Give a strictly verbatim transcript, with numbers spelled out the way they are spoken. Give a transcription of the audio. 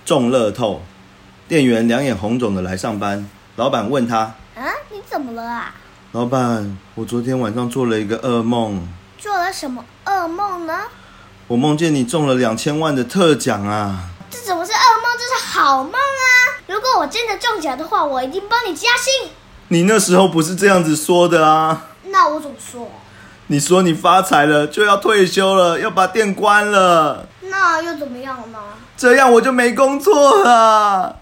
中乐透，店员两眼红肿的来上班。老板问他： 啊，你怎么了啊？ 老板，我昨天晚上做了一个噩梦。 做了什么噩梦呢？ 我梦见你中了两千万的特奖啊！ 这怎么是噩梦？这是好梦啊！如果我真的中奖的话，我一定帮你加薪。 你那时候不是这样子说的啊？ 那我怎么说？ 你说你发财了，就要退休了，要把店关了。 那又怎么样呢？ 这样我就没工作了。